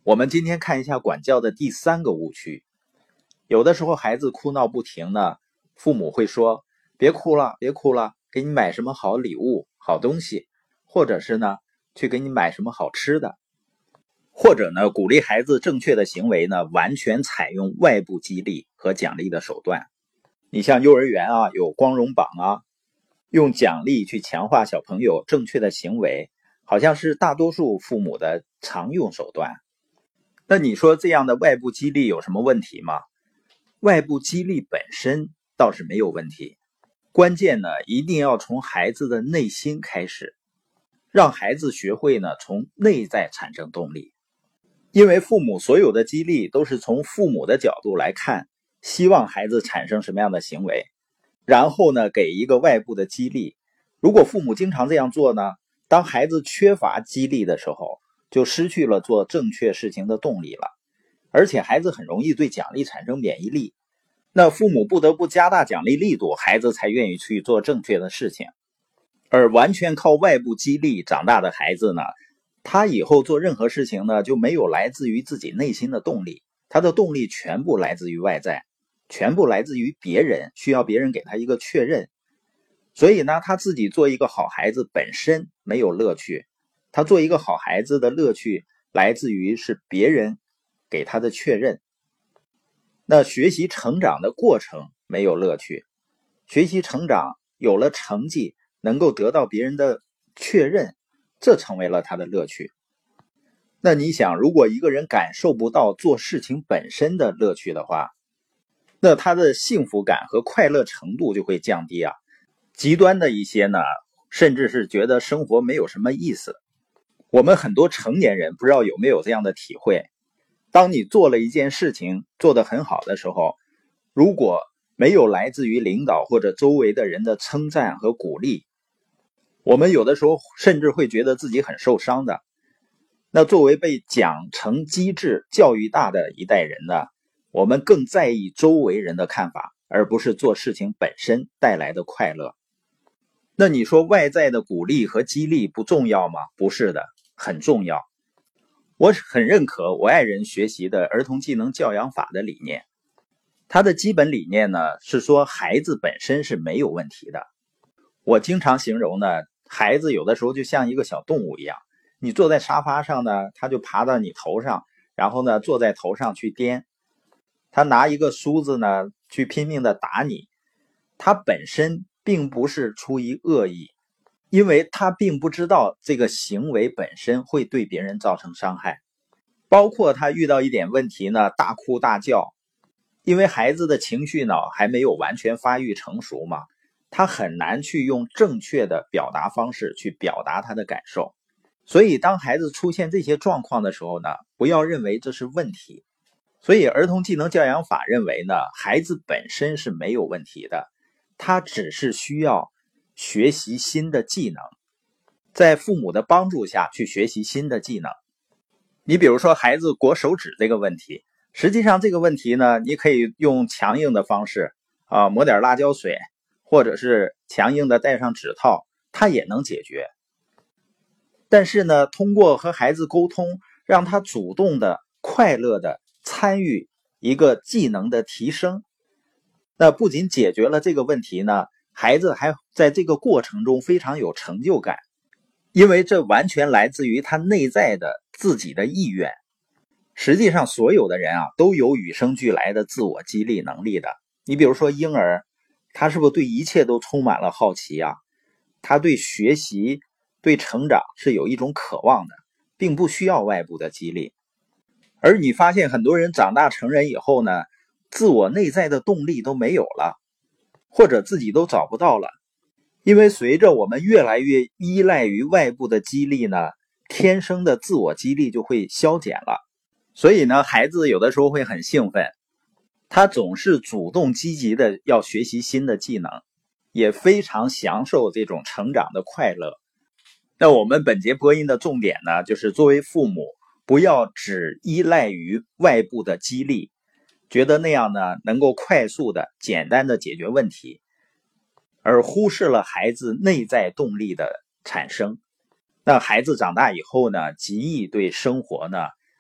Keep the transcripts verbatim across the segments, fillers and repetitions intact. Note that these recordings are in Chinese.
我们今天看一下管教的第三个误区。有的时候孩子哭闹不停呢，父母会说别哭了别哭了，给你买什么好礼物好东西，或者是呢去给你买什么好吃的，或者呢鼓励孩子正确的行为呢完全采用外部激励和奖励的手段。你像幼儿园啊有光荣榜啊，用奖励去强化小朋友正确的行为，好像是大多数父母的常用手段。那你说这样的外部激励有什么问题吗？外部激励本身倒是没有问题，关键呢一定要从孩子的内心开始，让孩子学会呢从内在产生动力。因为父母所有的激励都是从父母的角度来看，希望孩子产生什么样的行为，然后呢给一个外部的激励。如果父母经常这样做呢，当孩子缺乏激励的时候，就失去了做正确事情的动力了，而且孩子很容易对奖励产生免疫力。那父母不得不加大奖励力度，孩子才愿意去做正确的事情。而完全靠外部激励长大的孩子呢，他以后做任何事情呢，就没有来自于自己内心的动力，他的动力全部来自于外在，全部来自于别人，需要别人给他一个确认。所以呢，他自己做一个好孩子本身没有乐趣，他做一个好孩子的乐趣来自于是别人给他的确认。那学习成长的过程没有乐趣，学习成长有了成绩，能够得到别人的确认，这成为了他的乐趣。那你想，如果一个人感受不到做事情本身的乐趣的话，那他的幸福感和快乐程度就会降低啊。极端的一些呢，甚至是觉得生活没有什么意思。我们很多成年人不知道有没有这样的体会，当你做了一件事情做得很好的时候，如果没有来自于领导或者周围的人的称赞和鼓励，我们有的时候甚至会觉得自己很受伤的。那作为被奖惩机制教育大的一代人呢，我们更在意周围人的看法，而不是做事情本身带来的快乐。那你说外在的鼓励和激励不重要吗？不是的，很重要。我很认可我爱人学习的儿童技能教养法的理念，它的基本理念呢是说孩子本身是没有问题的。我经常形容呢，孩子有的时候就像一个小动物一样，你坐在沙发上呢，他就爬到你头上，然后呢坐在头上去颠，他拿一个梳子呢去拼命的打你，他本身并不是出于恶意，因为他并不知道这个行为本身会对别人造成伤害。包括他遇到一点问题呢，大哭大叫，因为孩子的情绪呢还没有完全发育成熟嘛，他很难去用正确的表达方式去表达他的感受。所以当孩子出现这些状况的时候呢，不要认为这是问题。所以儿童技能教养法认为呢，孩子本身是没有问题的，他只是需要学习新的技能，在父母的帮助下去学习新的技能。你比如说孩子裹手指这个问题，实际上这个问题呢，你可以用强硬的方式啊，抹点辣椒水，或者是强硬的戴上指套，它也能解决。但是呢，通过和孩子沟通，让他主动的、快乐的参与一个技能的提升，那不仅解决了这个问题呢，孩子还在这个过程中非常有成就感，因为这完全来自于他内在的自己的意愿。实际上所有的人啊，都有与生俱来的自我激励能力的。你比如说婴儿，他是不是对一切都充满了好奇啊？他对学习对成长是有一种渴望的，并不需要外部的激励。而你发现很多人长大成人以后呢，自我内在的动力都没有了，或者自己都找不到了。因为随着我们越来越依赖于外部的激励呢，天生的自我激励就会消减了。所以呢，孩子有的时候会很兴奋，他总是主动积极的要学习新的技能，也非常享受这种成长的快乐。那我们本节播音的重点呢，就是作为父母，不要只依赖于外部的激励，觉得那样呢能够快速的、简单的解决问题，而忽视了孩子内在动力的产生。那孩子长大以后呢，极易对生活呢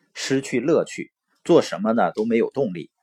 失去乐趣，做什么呢都没有动力。